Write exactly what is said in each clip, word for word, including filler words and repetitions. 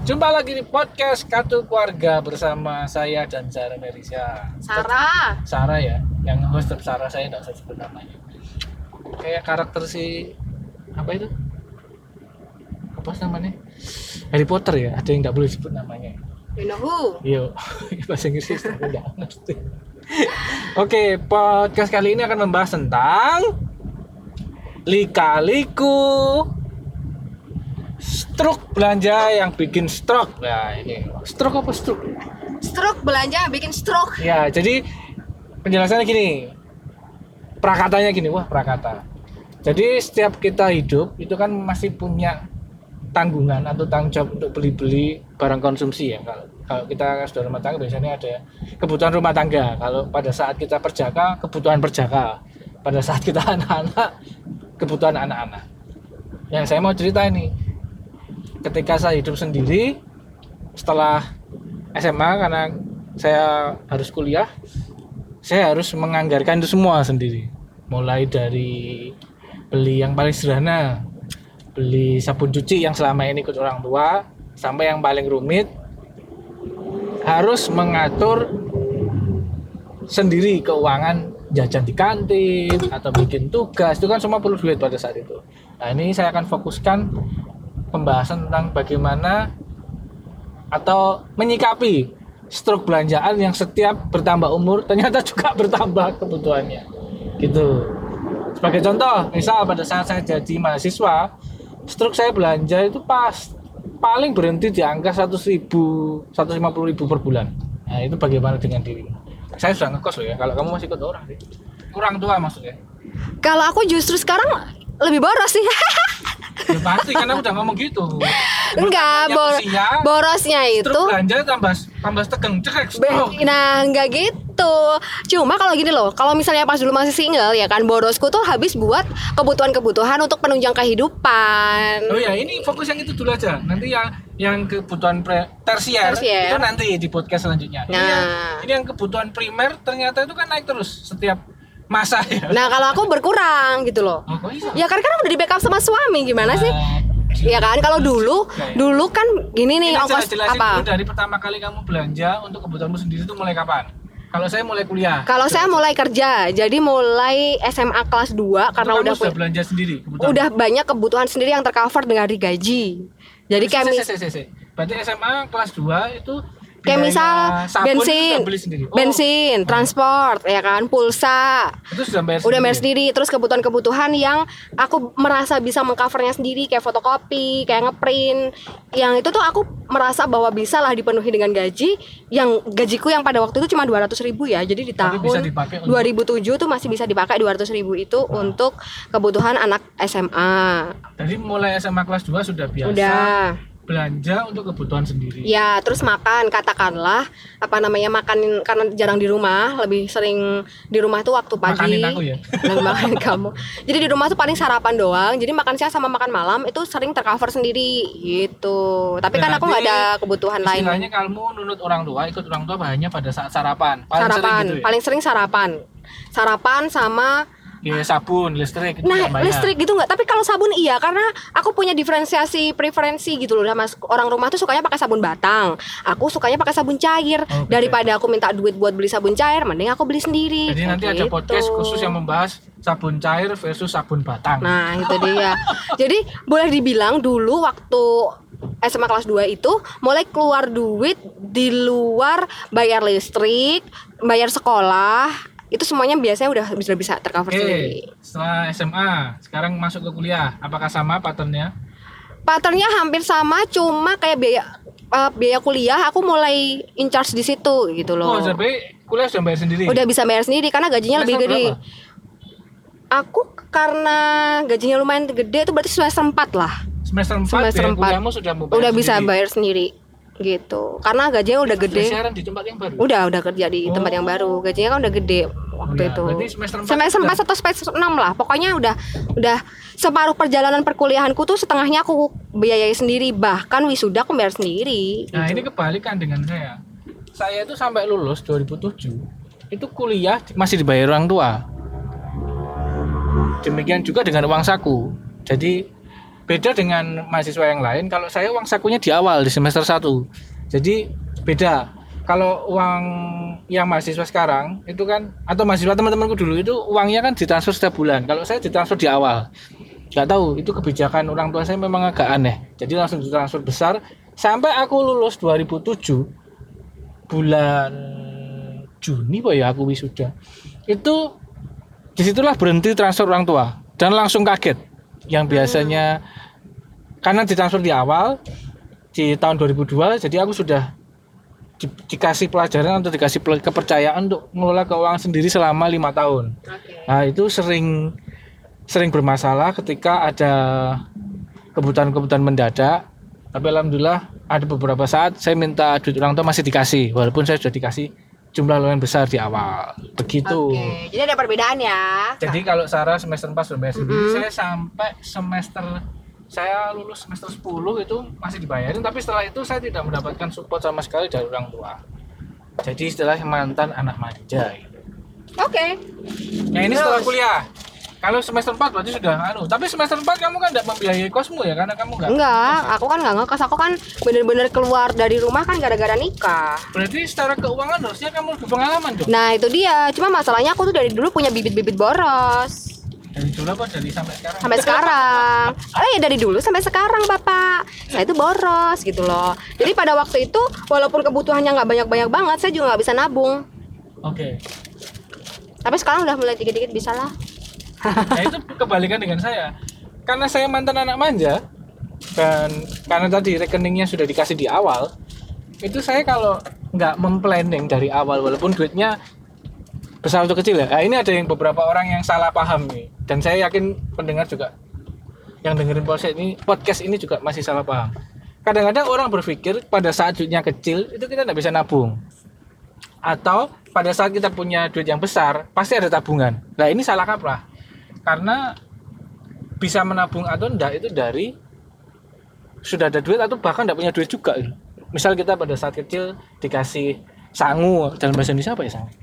Jumpa lagi di podcast Kartu Keluarga bersama saya dan Sarah Merisha. Sarah. Sarah ya, yang host tetap Sarah, saya nggak usah sebut namanya. Kayak karakter si apa itu? Apa namanya? Harry Potter ya, ada yang nggak boleh sebut namanya. You know who? Yo, bahasa Inggris aku nggak ngerti. Oke, podcast kali ini akan membahas tentang lika-liku struk belanja yang bikin stroke. Nah, ini stroke apa stroke? Stroke belanja bikin stroke. Ya, jadi penjelasannya gini. Prakatanya gini, wah prakata. Jadi setiap kita hidup itu kan masih punya tanggungan atau tanggung jawab untuk beli-beli barang konsumsi ya. Kalau kalau kita sudah rumah tangga biasanya ada kebutuhan rumah tangga. Kalau pada saat kita perjaka, kebutuhan perjaka. Pada saat kita anak-anak, kebutuhan anak-anak. Yang saya mau cerita ini, ketika saya hidup sendiri setelah S M A, karena saya harus kuliah, saya harus menganggarkan itu semua sendiri. Mulai dari beli yang paling sederhana, beli sabun cuci yang selama ini ikut orang tua, sampai yang paling rumit harus mengatur sendiri keuangan, jajan di kantin atau bikin tugas. Itu kan semua perlu duit pada saat itu. Nah, ini saya akan fokuskan pembahasan tentang bagaimana atau menyikapi struk belanjaan yang setiap bertambah umur ternyata juga bertambah kebutuhannya gitu. Sebagai contoh, misal pada saat saya jadi mahasiswa, struk saya belanja itu pas paling berhenti di angka seratus ribu, seratus lima puluh ribu per bulan. Nah, itu bagaimana dengan diri? Saya sudah ngekos loh ya, kalau kamu masih ikut orang sih. Orang tua maksudnya. Kalau aku justru sekarang lebih boros sih. Ya pasti, karena udah ngomong gitu. Enggak, bor- borosnya itu struk belanja tambah tambah tegang cek stroke. Nah, enggak gitu. Cuma kalau gini loh, kalau misalnya pas dulu masih single ya kan, borosku tuh habis buat kebutuhan-kebutuhan untuk penunjang kehidupan. Oh ya, ini fokus yang itu dulu aja. Nanti yang yang kebutuhan pre, tersier, tersier itu nanti di podcast selanjutnya. Nah, ini yang, ini yang kebutuhan primer ternyata itu kan naik terus setiap masa ya. Nah, kalau aku berkurang gitu loh. Oh, kok bisa? Ya kan karena udah di backup sama suami, gimana sih? Ya kan, kalau dulu Kayak. dulu kan gini nih, Ini ongkos jelasin apa? dulu dari pertama kali kamu belanja untuk kebutuhanmu sendiri itu mulai kapan? Kalau saya mulai kuliah. Kalau saya mulai kerja, jadi mulai S M A kelas dua Itu karena kamu udah sudah punya- belanja sendiri kebutuhan. udah banyak kebutuhan sendiri yang tercover dengan gaji. Jadi kayak mis- se, se, se, se. Berarti S M A kelas dua itu kayak biaya misal sabun bensin, itu beli sendiri. Oh, bensin, transport, ya kan, pulsa, itu sudah bayar udah bayar sendiri. sendiri. Terus kebutuhan-kebutuhan yang aku merasa bisa mengcovernya sendiri, kayak fotokopi, kayak ngeprint, yang itu tuh aku merasa bahwa bisa lah dipenuhi dengan gaji. Yang gajiku yang pada waktu itu cuma dua ratus ribu ya, jadi di Tapi bisa tahun dipakai untuk- dua ribu tujuh tuh masih bisa dipakai dua ratus ribu itu Nah. untuk kebutuhan anak S M A. Jadi mulai S M A kelas dua sudah biasa Udah. belanja untuk kebutuhan sendiri. Ya, terus makan, katakanlah apa namanya, makan karena jarang di rumah, lebih sering di rumah tuh waktu pagi. Makanin aku ya. Dan makanin kamu. Jadi di rumah tuh paling sarapan doang. Jadi makan siang sama makan malam itu sering tercover sendiri gitu. Tapi kan aku nggak ada kebutuhan lain. Istilahnya kamu nunut orang tua, ikut orang tua hanya pada saat sarapan. Paling Sarapan, sering gitu ya. paling sering sarapan. Sarapan sama Ya, sabun, listrik itu nah yang bayar. listrik gitu nggak, tapi kalau sabun iya, karena aku punya diferensiasi preferensi gitu loh. Mas, orang rumah tuh sukanya pakai sabun batang, aku sukanya pakai sabun cair. Oke. Daripada aku minta duit buat beli sabun cair, mending aku beli sendiri. Jadi nanti ada Gitu. podcast khusus yang membahas sabun cair versus sabun batang. Nah itu dia. Jadi boleh dibilang dulu waktu S M A kelas dua itu mulai keluar duit di luar bayar listrik, bayar sekolah, itu semuanya biasanya udah bisa bisa tercover Oke, sendiri. setelah S M A, sekarang masuk ke kuliah, apakah sama patternnya? Patternnya hampir sama, cuma kayak biaya eh, biaya kuliah aku mulai in charge di situ gitu Oh, loh. jadi kuliah sudah bayar sendiri? Udah bisa bayar sendiri karena gajinya lebih Semester gede. berapa? Aku karena gajinya lumayan gede itu berarti semester empat lah. Semester empat, Semester biaya empat. kuliahmu sudah mau bayar Udah bisa sendiri. bayar sendiri gitu. Karena gajinya udah Sudah gede. siaran di tempat yang baru? Udah udah kerja di tempat yang Oh. baru. Gajinya kan udah gede waktu iya. itu. Berarti semester empat Semester udah- empat atau semester enam lah. Pokoknya udah udah separuh perjalanan perkuliahanku tuh setengahnya aku biayai sendiri, bahkan wisuda aku bayar sendiri. Nah, gitu. ini kebalikan dengan saya. Saya itu sampai lulus dua ribu tujuh, itu kuliah masih dibayar orang tua. Demikian juga dengan uang saku. Jadi beda dengan mahasiswa yang lain. Kalau saya uang sakunya di awal di semester satu. Jadi beda. Kalau uang yang mahasiswa sekarang itu kan, atau mahasiswa teman-temanku dulu itu uangnya kan ditransfer setiap bulan. Kalau saya ditransfer di awal. Gak tahu, itu kebijakan orang tua saya memang agak aneh. Jadi langsung ditransfer besar sampai aku lulus dua ribu tujuh bulan Juni Pak ya aku wisuda. Itu disitulah berhenti transfer orang tua dan langsung kaget. Yang biasanya karena ditransfer di awal di tahun dua ribu dua, jadi aku sudah di, dikasih pelajaran atau dikasih kepercayaan untuk mengelola keuangan sendiri selama lima tahun. Okay. Nah itu sering sering bermasalah ketika ada kebutuhan-kebutuhan mendadak. Tapi alhamdulillah ada beberapa saat saya minta duit orang tua masih dikasih, walaupun saya sudah dikasih jumlah lumayan besar di awal. Begitu. Oke, jadi ada perbedaan ya. Jadi kalau Sarah semester empat sudah bayar sendiri, Mm-hmm. saya sampai semester saya lulus semester sepuluh itu masih dibayarin, tapi setelah itu saya tidak mendapatkan support sama sekali dari orang tua. Jadi istilahnya mantan anak manja gitu. Oke. Nah ini setelah Terus? kuliah. Kalau semester empat berarti sudah anu, tapi semester empat kamu kan tidak membiayai kosmu ya, karena kamu enggak. Enggak, aku kan nggak ngekos. Aku kan bener-bener keluar dari rumah kan gara-gara nikah. Berarti secara keuangan harusnya kamu lebih pengalaman dong. Nah itu dia. Cuma masalahnya aku tuh dari dulu punya bibit-bibit boros. Dari dulu apa dari sampai sekarang? Sampai sekarang. Oh ya dari dulu sampai sekarang bapak. Saya itu boros gitu loh. Jadi pada waktu itu walaupun kebutuhannya nggak banyak-banyak banget, saya juga nggak bisa nabung. Oke. Tapi sekarang udah mulai dikit-dikit bisa lah. Nah itu kebalikan dengan saya. Karena saya mantan anak manja dan karena tadi rekeningnya sudah dikasih di awal, itu saya kalau nggak memplanning dari awal walaupun duitnya besar atau kecil ya. Nah, ini ada yang beberapa orang yang salah paham nih, dan saya yakin pendengar juga yang dengerin podcast ini podcast ini juga masih salah paham. Kadang-kadang orang berpikir pada saat duitnya kecil itu kita nggak bisa nabung, atau pada saat kita punya duit yang besar pasti ada tabungan. Nah ini salah kaprah, karena bisa menabung atau enggak itu dari sudah ada duit atau bahkan enggak punya duit juga. Misal kita pada saat kecil dikasih sangu, dalam bahasa Indonesia apa ya sangu?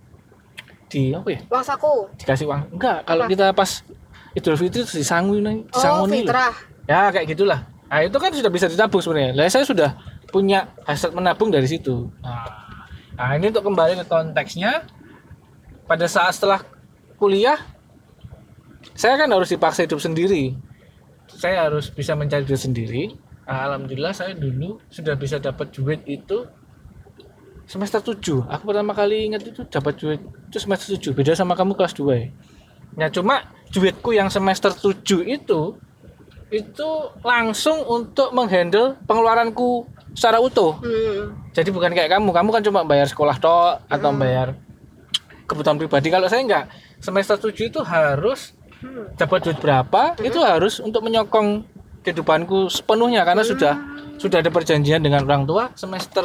Di apa ya? Uang saku. Dikasih uang. Enggak, kalau Apa? kita pas Idul Fitri terus disangu nih, disangu Oh nih. fitrah. Ya kayak gitulah. Nah itu kan sudah bisa ditabung sebenarnya. Lah saya sudah punya hasrat menabung dari situ. Nah, nah ini untuk kembali ke konteksnya, pada saat setelah kuliah saya kan harus dipaksa hidup sendiri. Saya harus bisa mencari duit sendiri. Nah, alhamdulillah saya dulu sudah bisa dapat duit itu semester tujuh. Aku pertama kali ingat itu dapat duit itu semester tujuh. Beda sama kamu kelas dua ya. Nah, cuma duitku yang semester tujuh itu itu langsung untuk menghandle pengeluaranku secara utuh. Hmm. Jadi bukan kayak kamu. Kamu kan cuma bayar sekolah toh atau bayar kebutuhan pribadi. Kalau saya enggak. Semester tujuh itu harus dapat duit berapa, itu harus untuk menyokong kehidupanku sepenuhnya karena sudah sudah ada perjanjian dengan orang tua semester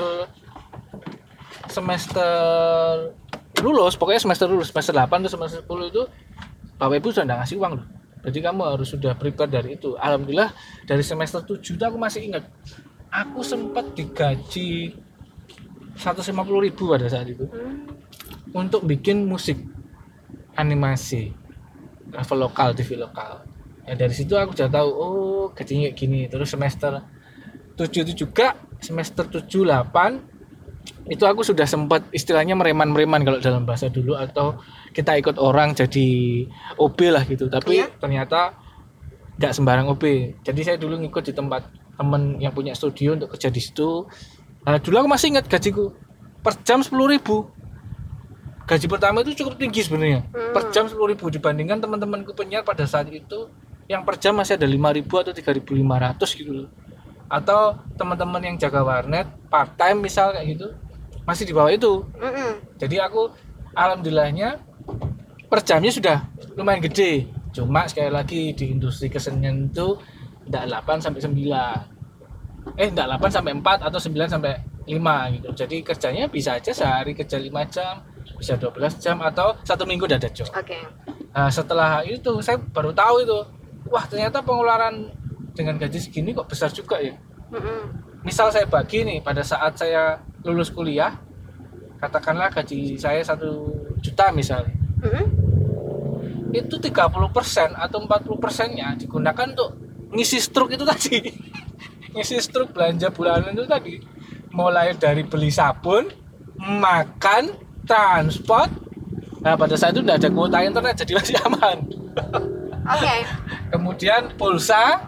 semester lulus, pokoknya semester lulus semester delapan atau semester sepuluh itu Bapak Ibu sudah ngasih uang loh. Jadi kamu harus sudah prepare dari itu. Alhamdulillah dari semester tujuh itu aku masih ingat. Aku sempat digaji seratus lima puluh ribu pada saat itu. Untuk bikin musik animasi level lokal, T V lokal. Ya dari situ aku sudah tahu oh gajinya kayak gini. Terus semester tujuh itu juga semester tujuh delapan itu aku sudah sempat istilahnya mereman-mereman kalau dalam bahasa dulu, atau kita ikut orang jadi O B lah gitu. Tapi Iya. ternyata nggak sembarang O B. Jadi saya dulu ngikut di tempat temen yang punya studio untuk kerja di situ. Nah, dulu aku masih ingat gajiku per jam sepuluh ribu. Gaji pertama itu cukup tinggi sebenarnya. Hmm. Per jam sepuluh ribu dibandingkan teman-temanku penyiar pada saat itu yang per jam masih ada lima ribu atau tiga ribu lima ratus gitu loh. Atau teman-teman yang jaga warnet part time misal kayak gitu masih di bawah itu. Mm-mm. Jadi aku alhamdulillahnya per jamnya sudah lumayan gede. Cuma sekali lagi di industri kesenian itu enggak delapan sampai sembilan. Eh enggak delapan sampai empat atau sembilan sampai lima gitu. Jadi kerjanya bisa aja sehari kerja lima jam, bisa dua belas jam, atau satu minggu udah ada job. Oke. Nah, setelah itu saya baru tahu itu. Wah, ternyata pengeluaran dengan gaji segini kok besar juga ya. Mm-mm. Misal saya bagi nih pada saat saya lulus kuliah, katakanlah gaji saya satu juta misalnya. Mm-mm. Itu tiga puluh persen atau empat puluh persennya digunakan untuk ngisi struk itu tadi. Ngisi struk belanja bulanan itu tadi. Mulai dari beli sabun, makan, transport. Nah, pada saat itu tidak ada kuota internet, jadi masih aman. Oke. Okay. Kemudian pulsa,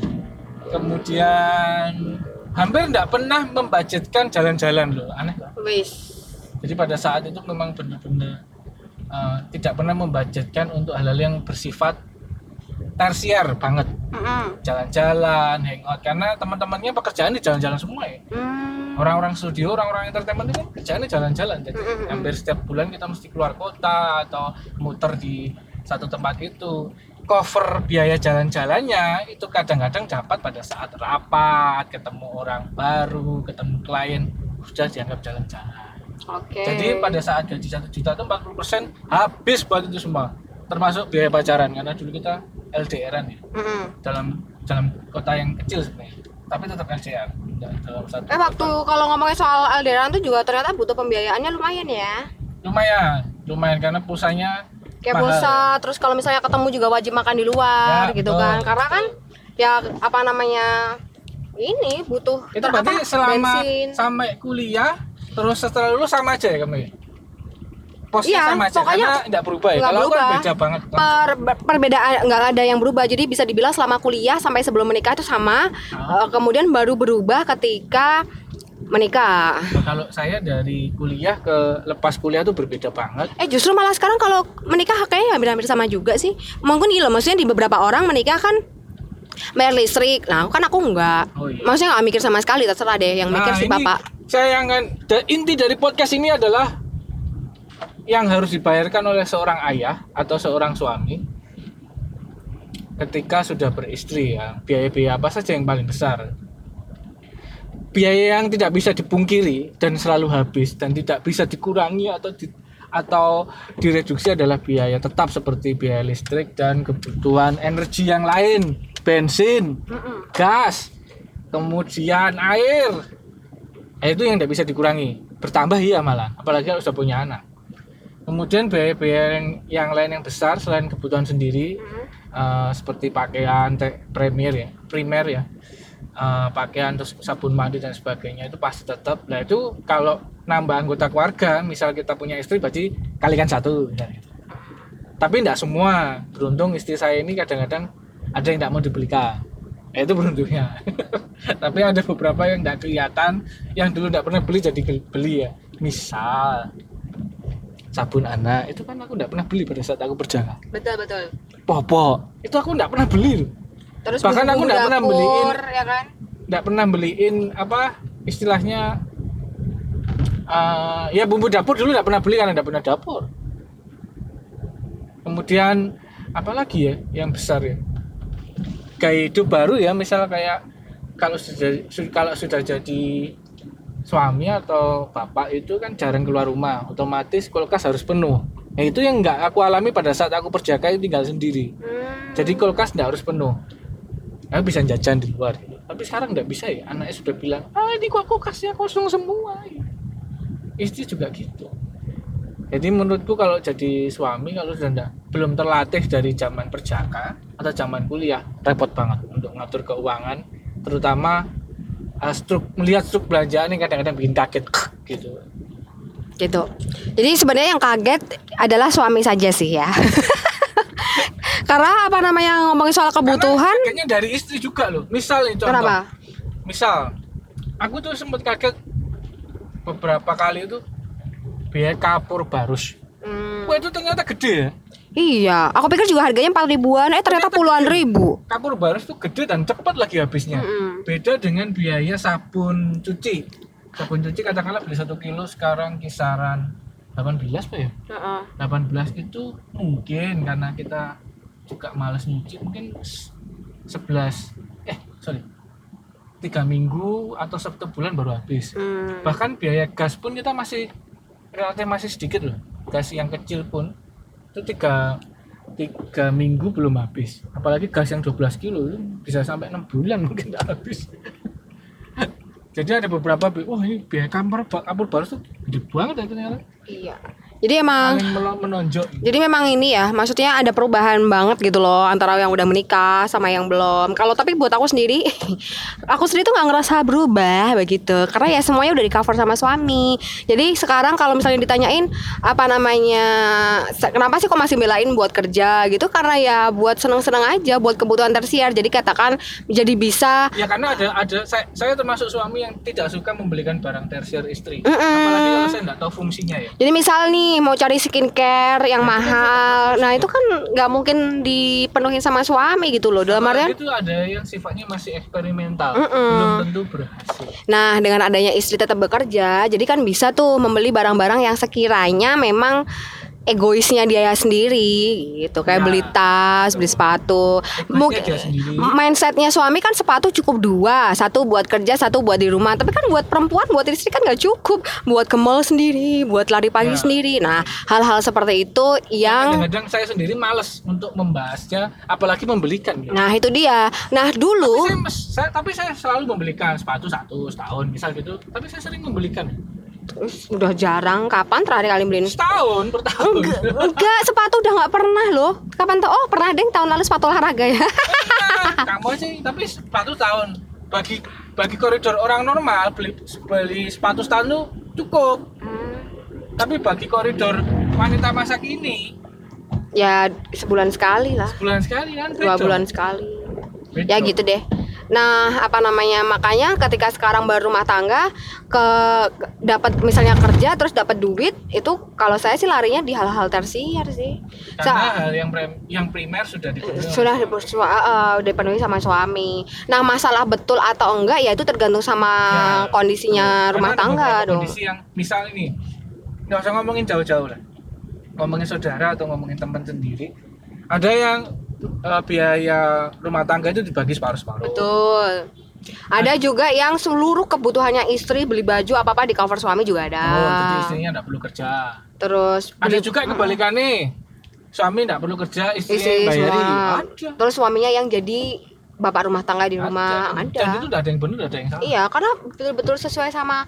kemudian hampir tidak pernah membudgetkan jalan-jalan loh, aneh. Wis. Jadi pada saat itu memang benar-benar uh, tidak pernah membudgetkan untuk hal-hal yang bersifat tersier banget. Mm-hmm. Jalan-jalan, hangout, karena teman-temannya pekerjaan di jalan-jalan semua ya. Mm. Orang-orang studio, orang-orang entertainment itu kan kerjaannya jalan-jalan. Jadi mm-hmm. hampir setiap bulan kita mesti keluar kota atau muter di satu tempat itu. Cover biaya jalan-jalannya itu kadang-kadang dapat pada saat rapat, ketemu orang baru, ketemu klien, sudah dianggap jalan-jalan. Oke. Okay. Jadi pada saat gaji satu juta itu empat puluh persen habis buat itu semua. Termasuk biaya pacaran, karena dulu kita L D R-an ya. Mm-hmm. Dalam dalam kota yang kecil sebenarnya. Tapi tetap L D R. Dalam satu eh waktu kota. Kalau ngomongin soal L D R-an tuh juga ternyata butuh pembiayaannya lumayan ya. Lumayan, lumayan karena pulsanya kayak pulsa, terus kalau misalnya ketemu juga wajib makan di luar ya, gitu betul, kan. Karena kan ya apa namanya? Ini butuh itu ter- berarti apa, selama bensin. Sampai kuliah terus setelah lulus sama aja ya kamu ya? Posnya iya, sama aja karena tidak berubah ya. Kalau berubah. Kan beda banget. Per, perbedaan nggak ada yang berubah. Jadi bisa dibilang selama kuliah sampai sebelum menikah itu sama. Oh. Kemudian baru berubah ketika menikah. Nah, kalau saya dari kuliah ke lepas kuliah tuh berbeda banget. Eh justru malah sekarang kalau menikah kayaknya hampir-hampir sama juga sih. Mungkin gila, maksudnya di beberapa orang menikah kan bayar listrik. Nah kan aku enggak. Oh, iya. Maksudnya nggak mikir sama sekali, terserah deh yang mikir nah, si bapak. Saya yang kan inti dari podcast ini adalah yang harus dibayarkan oleh seorang ayah atau seorang suami ketika sudah beristri ya. Biaya-biaya apa saja yang paling besar? Biaya yang tidak bisa dipungkiri dan selalu habis dan tidak bisa dikurangi atau di, atau direduksi adalah biaya tetap seperti biaya listrik dan kebutuhan energi yang lain, bensin, Mm-mm. gas, kemudian air. Eh, itu yang tidak bisa dikurangi. Bertambah iya malah, apalagi kalau sudah punya anak. Kemudian biaya-biaya yang, yang lain yang besar selain kebutuhan sendiri, mm-hmm. uh, seperti pakaian te- premier ya, primer ya, uh, pakaian terus sabun mandi dan sebagainya itu pasti tetap. Nah itu kalau nambah anggota keluarga, misal kita punya istri berarti kalikan satu. Misalnya. Tapi tidak semua. Beruntung istri saya ini kadang-kadang ada yang tidak mau dibelikan. Nah, itu beruntungnya. Tapi ada beberapa yang tidak kelihatan, yang dulu tidak pernah beli jadi beli ya. Misal sabun anak itu kan aku enggak pernah beli pada saat aku berjalan. Betul betul. Popok itu aku enggak pernah beli loh. Terus bahkan aku enggak pernah beliin, ya kan? Enggak pernah beliin apa istilahnya uh, ya bumbu dapur dulu enggak pernah beli karena enggak pernah dapur. Kemudian apa lagi ya yang besar ya? Gaya hidup baru ya, misal kayak kalau sudah kalau sudah jadi suami atau bapak itu kan jarang keluar rumah, otomatis kulkas harus penuh. Nah itu yang nggak aku alami pada saat aku perjaka tinggal sendiri. Hmm. Jadi kulkas nggak harus penuh. Aku bisa jajan di luar. Tapi sekarang nggak bisa ya. Anaknya sudah bilang, ah ini kok kulkasnya kosong semua. Istri juga gitu. Jadi menurutku kalau jadi suami kalau sudah enggak, belum terlatih dari zaman perjaka atau zaman kuliah, repot banget untuk ngatur keuangan, terutama Uh, struk melihat struk belanjaan ini kadang-kadang bikin kaget gitu. Gitu. Jadi sebenarnya yang kaget adalah suami saja sih ya. Karena apa namanya ngomongin soal kebutuhan? Kayaknya dari istri juga loh. Misal itu contoh. Kenapa? Misal aku tuh sempat kaget beberapa kali itu biaya kapur barus. Hmm. Wah itu ternyata gede ya. Iya, aku pikir juga harganya empat ribuan, eh ternyata, ternyata puluhan gede. ribu. Kapur barus tuh gede dan cepat lagi habisnya. Mm-hmm. Beda dengan biaya sabun cuci. Sabun cuci katakanlah beli satu kilo sekarang kisaran delapan belas Pak ya? Uh-uh. delapan belas itu mungkin karena kita juga malas nyuci, mungkin sebelas eh sorry tiga minggu atau satu bulan baru habis. Mm. Bahkan biaya gas pun kita masih relatif masih sedikit loh. Gas yang kecil pun itu tiga, tiga minggu belum habis, apalagi gas yang dua belas kilo bisa sampai enam bulan mungkin tidak habis. Jadi ada beberapa, wah oh, ini biaya kamar kapur baru tuh gede banget ya ternyata. Iya, Jadi emang paling melo- menonjol. Jadi memang ini ya, maksudnya ada perubahan banget gitu loh antara yang udah menikah sama yang belum. Kalau tapi buat aku sendiri, aku sendiri tuh nggak ngerasa berubah begitu, karena ya semuanya udah di cover sama suami. Jadi sekarang kalau misalnya ditanyain apa namanya, se- kenapa sih kok masih belain buat kerja gitu? Karena ya buat seneng-seneng aja, buat kebutuhan tersier. Jadi katakan jadi bisa. Ya karena ada ada saya, saya termasuk suami yang tidak suka membelikan barang tersier istri. Mm-mm. Apalagi kalau saya nggak tahu fungsinya ya. Jadi misal nih mau cari skincare yang mahal, nah itu kan nggak mungkin dipenuhin sama suami gitu loh. Dalam artian, Apalagi itu ada yang sifatnya masih eksperimental, Mm-mm. belum tentu berhasil. nah dengan adanya istri tetap bekerja, jadi kan bisa tuh membeli barang-barang yang sekiranya memang egoisnya dia sendiri gitu, kayak Ya, beli tas, beli sepatu. Egoisnya Mungkin dia sendiri. mindsetnya suami kan sepatu cukup dua, satu buat kerja, satu buat di rumah. Tapi kan buat perempuan, buat istri kan nggak cukup, buat ke mall sendiri, buat lari pagi Ya. sendiri. Nah hal-hal seperti itu yang Kadang-kadang saya sendiri males untuk membahasnya, apalagi membelikan. Ya. Nah itu dia. Nah dulu Saya, mes- saya, tapi saya selalu membelikan sepatu satu setahun misal gitu. Tapi saya sering membelikan Ush, udah jarang. Kapan terakhir kali beliin? setahun per tahun. Enggak, sepatu udah nggak pernah loh. Kapan tuh? Oh pernah deh tahun lalu sepatu olahraga ya. Kamu sih, tapi sepatu tahun bagi bagi koridor orang normal beli beli sepatu setahun tuh cukup. Tapi bagi koridor wanita masa kini Ya sebulan sekali lah, bulan sekali kan dua beda. bulan sekali. Beda. Ya gitu deh. Nah apa namanya, makanya ketika sekarang baru rumah tangga ke ke- dapat misalnya kerja terus dapat duit itu, kalau saya sih larinya di hal-hal tersier sih. Karena Sa- hal yang prem- yang primer sudah dipenuhi. sudah dipu- sua- uh, dipenuhi sama suami. Nah masalah betul atau enggak ya itu tergantung sama Ya, kondisinya betul. rumah Karena ada tangga beberapa dong. Kondisi yang misal ini nggak usah ngomongin jauh-jauh lah, ngomongin saudara atau ngomongin teman sendiri. Ada yang eh, biaya rumah tangga itu dibagi separuh-separuh. Betul. Ada juga yang seluruh kebutuhannya istri, beli baju apa-apa di cover suami juga ada. Oh, jadi istrinya nggak perlu kerja. Terus Ada beli- juga kebalikan nih, suami nggak perlu kerja, istrinya istri yang bayari. semua. Ada. Terus suaminya yang jadi bapak rumah tangga di rumah Ada. ada. Dan itu udah ada yang benar, ada yang salah. Iya, karena betul-betul sesuai sama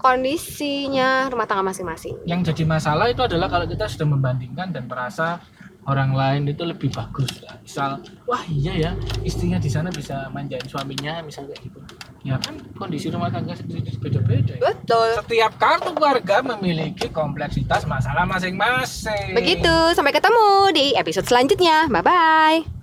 kondisinya rumah tangga masing-masing. Yang jadi masalah itu adalah kalau kita sudah membandingkan dan merasa orang lain itu lebih bagus lah. Misal, wah iya ya, istrinya di sana bisa manjain suaminya, misal kayak gitu. Ya kan kondisi rumah tangga sendiri beda-beda. Ya. Betul. Setiap kartu keluarga memiliki kompleksitas masalah masing-masing. Begitu, sampai ketemu di episode selanjutnya. Bye bye.